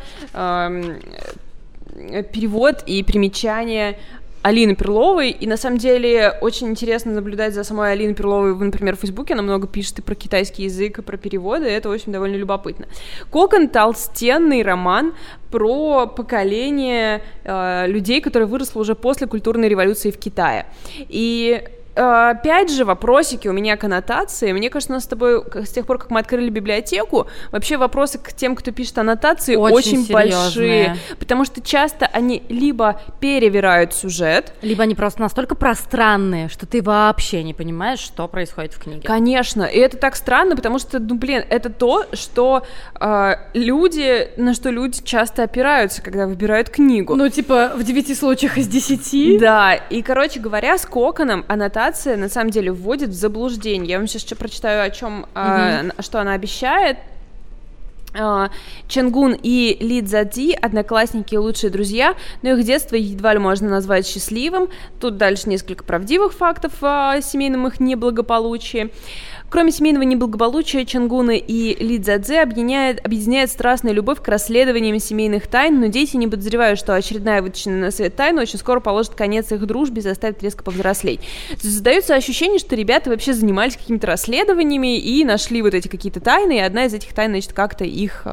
Перевод и примечание Алины Перловой, и на самом деле очень интересно наблюдать за самой Алиной Перловой, например, в Фейсбуке, она много пишет и про китайский язык, и про переводы, и это очень довольно любопытно. «Кокон» — толстенный роман про поколение людей, которое выросло уже после культурной революции в Китае. И опять же, вопросики у меня к аннотации. Мне кажется, у нас с тобой, с тех пор, как мы открыли библиотеку, вообще вопросы к тем, кто пишет аннотации, очень большие. Потому что часто они либо перевирают сюжет, либо они просто настолько пространные, что ты вообще не понимаешь, что происходит в книге. Конечно, и это так странно, потому что, это то, что на что люди часто опираются, когда выбирают книгу. Ну, типа, в 9 случаях из 10. Да, и, короче говоря, с «Коконом» аннотация на самом деле вводит в заблуждение. Я вам сейчас прочитаю, о чем, что она обещает. Чангун и Ли Цзади — одноклассники и лучшие друзья, но их детство едва ли можно назвать счастливым. Тут дальше несколько правдивых фактов о семейном их неблагополучии. Кроме семейного неблагополучия, Чангуна и Ли Цзади объединяет страстная любовь к расследованиям семейных тайн, но дети не подозревают, что очередная вытащенная на свет тайна очень скоро положит конец их дружбе и заставит резко повзрослеть. Создается ощущение, что ребята вообще занимались какими-то расследованиями и нашли вот эти какие-то тайны, и одна из этих тайн, значит, как-то их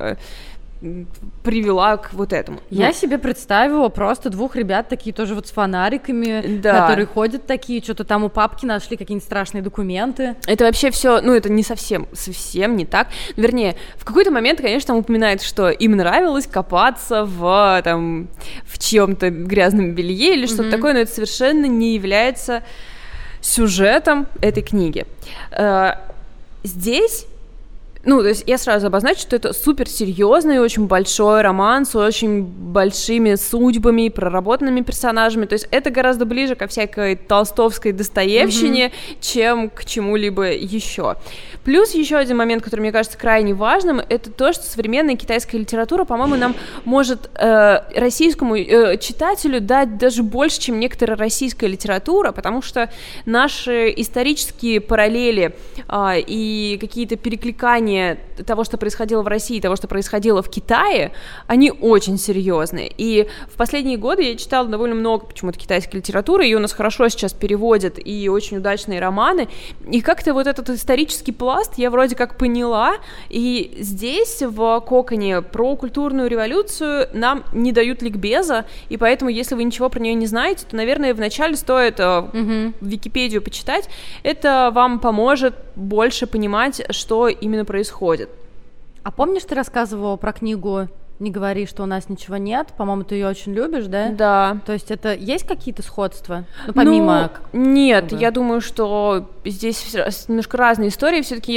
привела к вот этому. Я себе представила просто двух ребят, такие тоже вот с фонариками, которые ходят такие, что-то там у папки нашли какие-нибудь страшные документы. Это вообще все, это не совсем не так. Вернее, в какой-то момент, конечно, там упоминает, что им нравилось копаться в чьем-то грязном белье или что-то такое, но это совершенно не является сюжетом этой книги. Здесь... то есть я сразу обозначу, что это суперсерьезный, очень большой роман с очень большими судьбами, проработанными персонажами. То есть это гораздо ближе ко всякой толстовской достоевщине, чем к чему-либо еще. Плюс еще один момент, который мне кажется крайне важным, это то, что современная китайская литература, по-моему, нам может российскому читателю дать даже больше, чем некоторая российская литература, потому что наши исторические параллели и какие-то перекликания того, что происходило в России, того, что происходило в Китае, они очень серьезные. И в последние годы я читала довольно много почему-то китайской литературы, ее у нас хорошо сейчас переводят, и очень удачные романы, и как-то вот этот исторический пласт я вроде как поняла, и здесь в «Коконе» про культурную революцию нам не дают ликбеза, и поэтому, если вы ничего про нее не знаете, то, наверное, вначале стоит Википедию почитать, это вам поможет больше понимать, что именно происходит. А помнишь, ты рассказывала про книгу «Не говори, что у нас ничего нет»? По-моему, ты ее очень любишь, да? Да. То есть это есть какие-то сходства? Помимо... Нет, я думаю, что здесь немножко разные истории. Все-таки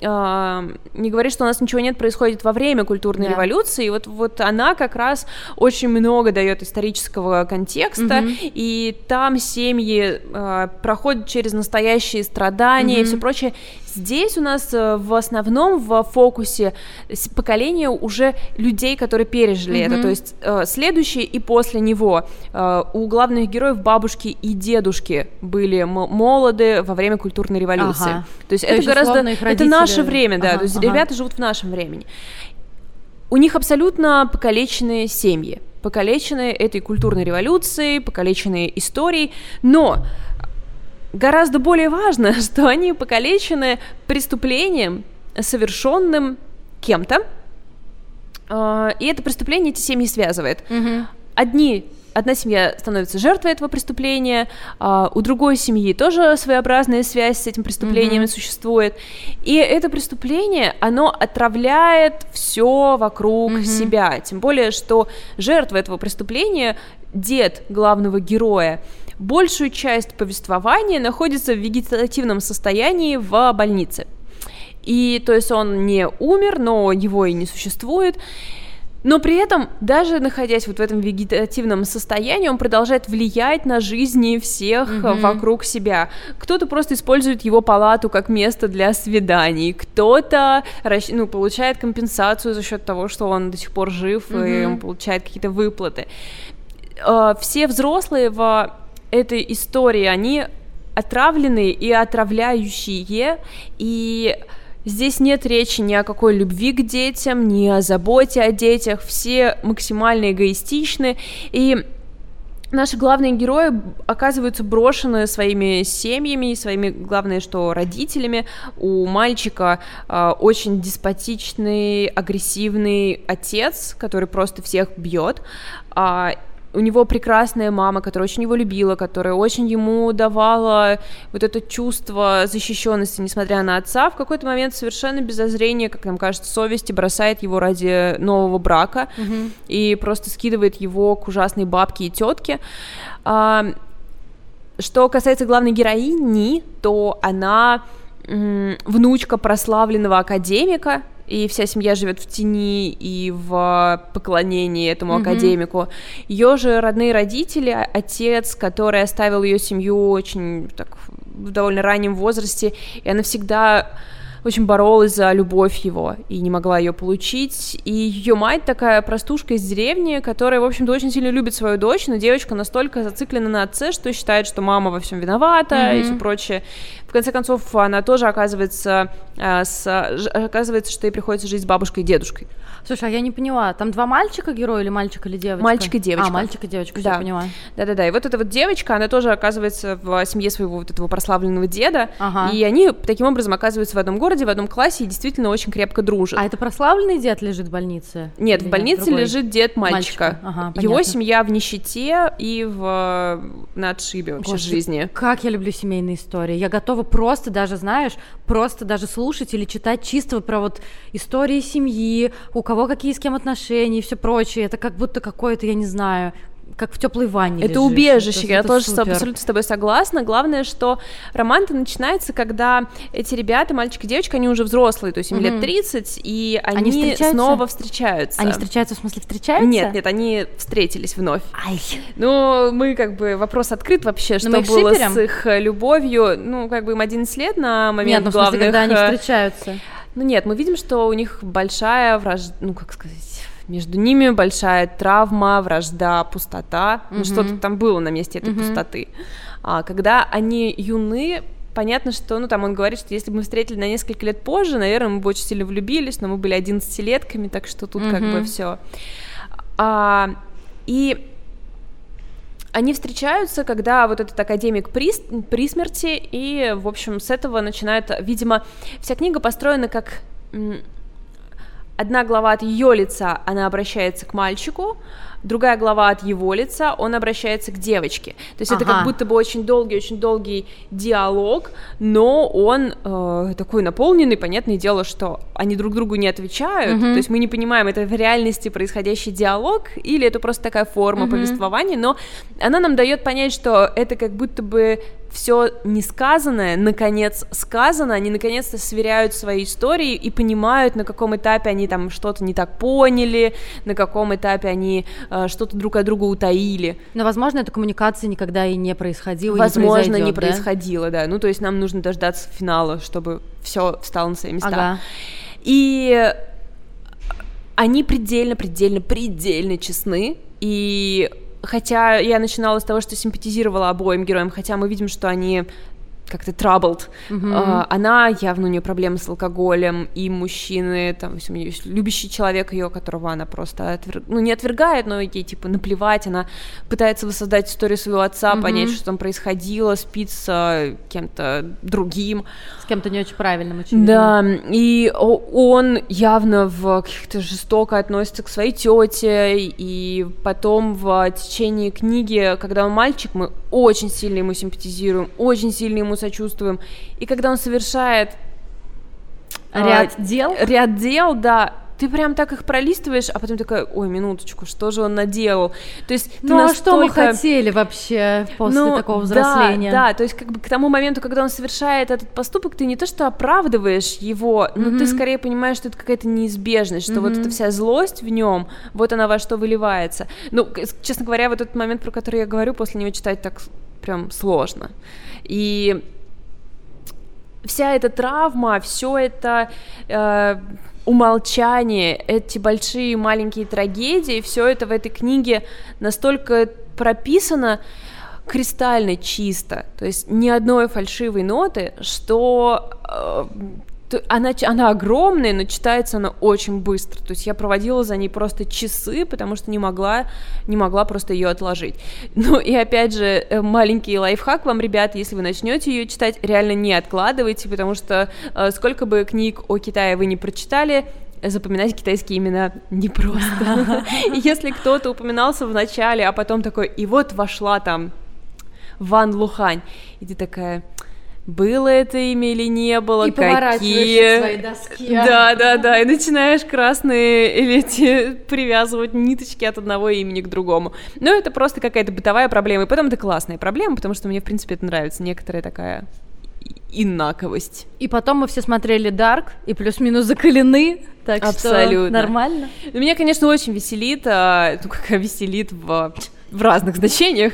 «Не говори, что у нас ничего нет» происходит во время культурной революции, и вот она как раз очень много дает исторического контекста, и там семьи проходят через настоящие страдания и все прочее. Здесь у нас в основном в фокусе поколение уже людей, которые пережили это, то есть следующие и после него. У главных героев бабушки и дедушки были молоды во время культурной революции. То есть это гораздо... Это наше время, да, то есть ребята живут в нашем времени. У них абсолютно покалеченные семьи, покалеченные этой культурной революцией, покалеченные историей, но... Гораздо более важно, что они покалечены преступлением, совершенным кем-то, и это преступление эти семьи связывает. Одна семья становится жертвой этого преступления, у другой семьи тоже своеобразная связь с этим преступлением существует, и это преступление, оно отравляет все вокруг себя, тем более, что жертва этого преступления, дед главного героя, большую часть повествования находится в вегетативном состоянии в больнице. И, то есть, он не умер, но его и не существует. Но при этом, даже находясь вот в этом вегетативном состоянии, он продолжает влиять на жизни всех вокруг себя. Кто-то просто использует его палату как место для свиданий, кто-то получает компенсацию за счет того, что он до сих пор жив, и он получает какие-то выплаты. Все взрослые в этой истории, они отравленные и отравляющие, и здесь нет речи ни о какой любви к детям, ни о заботе о детях, все максимально эгоистичны, и наши главные герои оказываются брошены своими семьями, своими, главное, что родителями. У мальчика очень деспотичный, агрессивный отец, который просто всех бьет. У него прекрасная мама, которая очень его любила, которая очень ему давала вот это чувство защищенности, несмотря на отца. В какой-то момент совершенно без зазрения, как нам кажется, совести бросает его ради нового брака и просто скидывает его к ужасной бабке и тетке. Что касается главной героини, то она внучка прославленного академика, и вся семья живет в тени и в поклонении этому академику. Ее же родные родители, отец, который оставил ее семью очень так в довольно раннем возрасте, и она всегда очень боролась за любовь его и не могла ее получить. И ее мать такая простушка из деревни, которая, в общем-то, очень сильно любит свою дочь, но девочка настолько зациклена на отце, что считает, что мама во всем виновата и все прочее. В конце концов, она тоже оказывается, что ей приходится жить с бабушкой и дедушкой. Слушай, а я не поняла, там 2 мальчика героя или мальчик или девочка? Мальчик и девочка. Мальчик и девочка, да. Все поняла. Да-да-да, и вот эта вот девочка, она тоже оказывается в семье своего вот этого прославленного деда, и они таким образом оказываются в одном городе, в одном классе и действительно очень крепко дружат. А это прославленный дед лежит в больнице? Нет, в больнице лежит дед мальчика. Его семья в нищете и на отшибе вообще жизни. Как я люблю семейные истории. Я готова просто даже, знаешь, слушать или читать чисто про вот истории семьи, у кого какие с кем отношения и все прочее. Это как будто какое-то, я не знаю, как в теплой ванне. Это лежишь. Убежище, я тоже абсолютно с тобой согласна. Главное, что роман-то начинается, когда эти ребята, мальчик и девочка, они уже взрослые, то есть им лет 30, и они снова встречаются. Они встречаются, в смысле встречаются? Нет, они встретились вновь. Ну, мы вопрос открыт вообще, что было с их любовью. Ну, им 11 лет на момент главных... Нет, когда они встречаются. Ну, нет, мы видим, что у них большая между ними большая травма, вражда, пустота. Ну, что-то там было на месте этой пустоты. А когда они юны, понятно, что, там он говорит, что если бы мы встретили на несколько лет позже, наверное, мы бы очень сильно влюбились, но мы были 11-летками, так что тут все. И они встречаются, когда вот этот академик при смерти, и, в общем, с этого начинает, видимо, вся книга построена как... Одна глава от ее лица, она обращается к мальчику, другая глава от его лица, он обращается к девочке. То есть это как будто бы очень долгий диалог, но он такой наполненный, понятное дело, что они друг другу не отвечают, то есть мы не понимаем, это в реальности происходящий диалог или это просто такая форма повествования, но она нам дает понять, что это как будто бы все несказанное, наконец сказано, они наконец-то сверяют свои истории и понимают, на каком этапе они там что-то не так поняли, на каком этапе они что-то друг от друга утаили. Но, возможно, эта коммуникация никогда и не происходила, возможно, не происходила, да. Ну, то есть нам нужно дождаться финала, чтобы все встало на свои места. И они предельно честны, и хотя я начинала с того, что симпатизировала обоим героям, хотя мы видим, что они как-то troubled. Она явно, у нее проблемы с алкоголем, и мужчины, там, у нее есть любящий человек ее, которого она просто не отвергает, но ей типа наплевать, она пытается воссоздать историю своего отца, понять, что там происходило, спит с кем-то другим. С кем-то не очень правильным, очевидно. Да, и он явно каких-то жестоко относится к своей тете, и потом в течение книги, когда он мальчик, мы очень сильно ему симпатизируем, очень сильно ему сочувствуем, и когда он совершает ряд дел, да, ты прям так их пролистываешь, а потом такая, ой, минуточку, что же он наделал? То есть а что мы хотели вообще после такого взросления? Да, то есть к тому моменту, когда он совершает этот поступок, ты не то что оправдываешь его, но ты скорее понимаешь, что это какая-то неизбежность, что вот эта вся злость в нем, вот она во что выливается. Ну, честно говоря, вот этот момент, про который я говорю, после него читать так прям сложно. И вся эта травма, все это умолчание, эти большие и маленькие трагедии, все это в этой книге настолько прописано кристально чисто, то есть ни одной фальшивой ноты, что она огромная, но читается она очень быстро, то есть я проводила за ней просто часы, потому что не могла просто ее отложить. Ну и опять же, маленький лайфхак вам, ребят, если вы начнете ее читать, реально не откладывайте, потому что сколько бы книг о Китае вы не прочитали, запоминать китайские имена непросто. Если кто-то упоминался в начале, а потом такой, и вот вошла там Ван Лухань, и ты такая... Было это имя или не было, и какие... И своей доске. Да, и начинаешь красные или эти привязывать ниточки от одного имени к другому. Но это просто какая-то бытовая проблема, и потом это классная проблема, потому что мне, в принципе, это нравится, некоторая такая инаковость. И потом мы все смотрели Dark, и плюс-минус закалены, так абсолютно. Что нормально. Меня, конечно, очень веселит, веселит в разных значениях,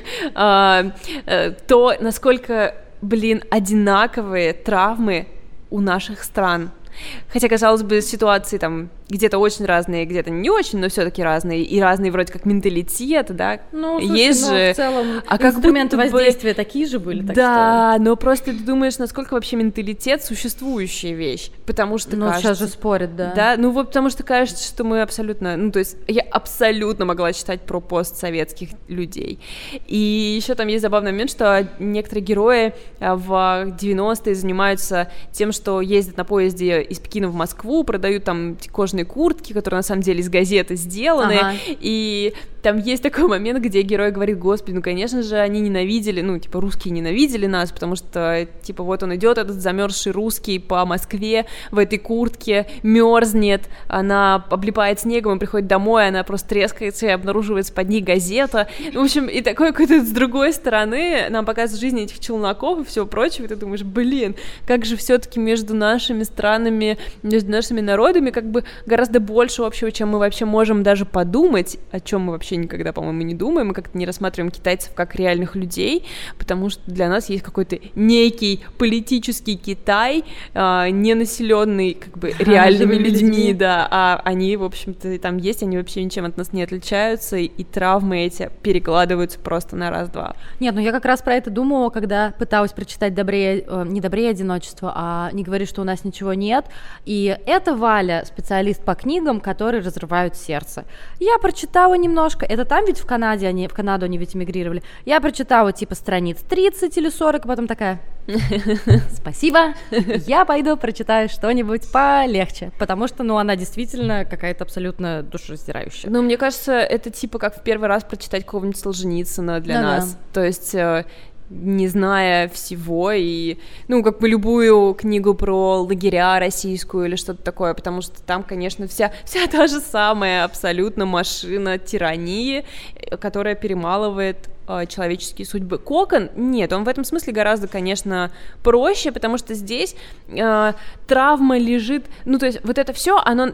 то, насколько... одинаковые травмы у наших стран. Хотя, казалось бы, ситуации там где-то очень разные, где-то не очень, но все-таки разные, и разные вроде как менталитет, да. Ну, слушай, есть же... в целом инструменты воздействия такие же были, так да, что... но просто ты думаешь, насколько вообще менталитет существующая вещь, потому что кажется... сейчас же спорят, да. Да, ну вот потому что кажется, что мы абсолютно... Ну, то есть я абсолютно могла читать про постсоветских людей. И еще там есть забавный момент, что некоторые герои в 90-е занимаются тем, что ездят на поезде из Пекина в Москву, продают там кожаные куртки, которые на самом деле из газеты сделаны, и там есть такой момент, где герой говорит: господи, ну, конечно же, они ненавидели, ну, типа, русские ненавидели нас, потому что, типа, вот он идет, этот замерзший русский по Москве в этой куртке, мерзнет, она облипает снегом, он приходит домой, она просто трескается, и обнаруживается под ней газета, в общем, и такой какой-то с другой стороны нам показывает жизнь этих челноков и всего прочего, и ты думаешь, блин, как же все-таки между нашими странами, между нашими народами как бы гораздо больше общего, чем мы вообще можем даже подумать, о чем мы вообще никогда, по-моему, не думаем, мы как-то не рассматриваем китайцев как реальных людей, потому что для нас есть какой-то некий политический Китай, не населенный как бы реальными людьми, да, а они, в общем-то, там есть, они вообще ничем от нас не отличаются, и травмы эти перекладываются просто на раз-два. Нет, ну я как раз про это думала, когда пыталась прочитать «Не добрее одиночество», а «Не говори, что у нас ничего нет», и это Валя, специалист по книгам, которые разрывают сердце. Я прочитала немножко, это там ведь в Канаду они ведь эмигрировали, я прочитала типа страниц 30 или 40, а потом такая: спасибо, я пойду прочитаю что-нибудь полегче, потому что, ну, она действительно какая-то абсолютно душераздирающая. Ну, мне кажется, это типа как в первый раз прочитать какого-нибудь Солженицына для нас, то есть... не зная всего, и, ну, как бы любую книгу про лагеря российскую или что-то такое, потому что там, конечно, вся та же самая абсолютно машина тирании, которая перемалывает человеческие судьбы. «Кокон» — нет, он в этом смысле гораздо, конечно, проще, потому что здесь травма лежит, ну, то есть вот это все, оно,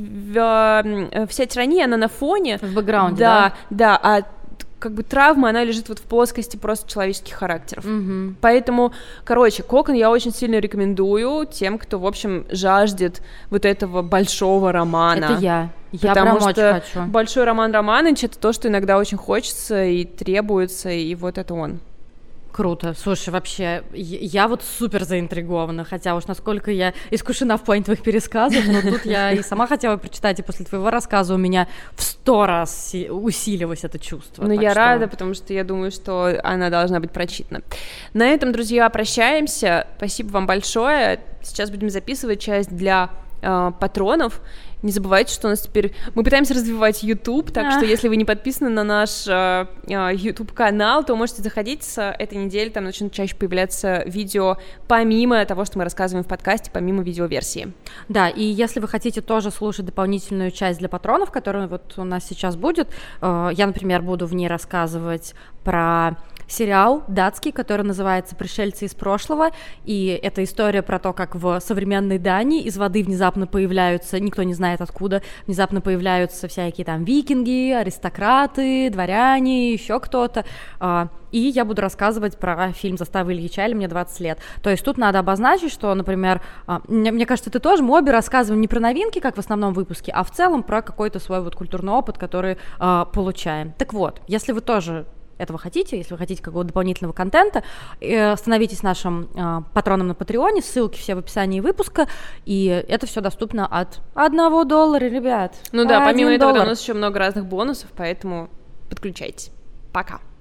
вся тирания, она на фоне. В бэкграунде, да? Да, а как бы травма, она лежит вот в плоскости просто человеческих характеров. Поэтому, короче, «Кокон» я очень сильно рекомендую тем, кто, в общем, жаждет вот этого большого романа. Это я потому прям что очень хочу. Большой роман Романович — это то, что иногда очень хочется и требуется, и вот это он. Круто. Слушай, вообще, я вот супер заинтригована, хотя уж насколько я искушена в плане твоих пересказов, но тут я и сама хотела прочитать, и после твоего рассказа у меня в 100 раз усилилось это чувство. Ну, я рада, потому что я думаю, что она должна быть прочитана. На этом, друзья, прощаемся. Спасибо вам большое. Сейчас будем записывать часть для патронов. Не забывайте, что у нас теперь... Мы пытаемся развивать YouTube, так что если вы не подписаны на наш YouTube-канал, то можете заходить с этой недели, там начнут чаще появляться видео, помимо того, что мы рассказываем в подкасте, помимо видеоверсии. Да, и если вы хотите тоже слушать дополнительную часть для патронов, которая вот у нас сейчас будет, я, например, буду в ней рассказывать про сериал датский, который называется «Пришельцы из прошлого», и это история про то, как в современной Дании из воды внезапно появляются, никто не знает откуда, внезапно появляются всякие там викинги, аристократы, дворяне, еще кто-то, и я буду рассказывать про фильм «Застава Ильича» или «Мне 20 лет». То есть тут надо обозначить, что, например, мне кажется, ты тоже, мы обе рассказываем не про новинки, как в основном выпуске, а в целом про какой-то свой вот культурный опыт, который получаем. Так вот, если вы тоже этого хотите, если вы хотите какого-то дополнительного контента, становитесь нашим патроном на Патреоне, ссылки все в описании выпуска, и это все доступно от $1, ребят. Ну да, помимо этого у нас еще много разных бонусов, поэтому подключайтесь. Пока.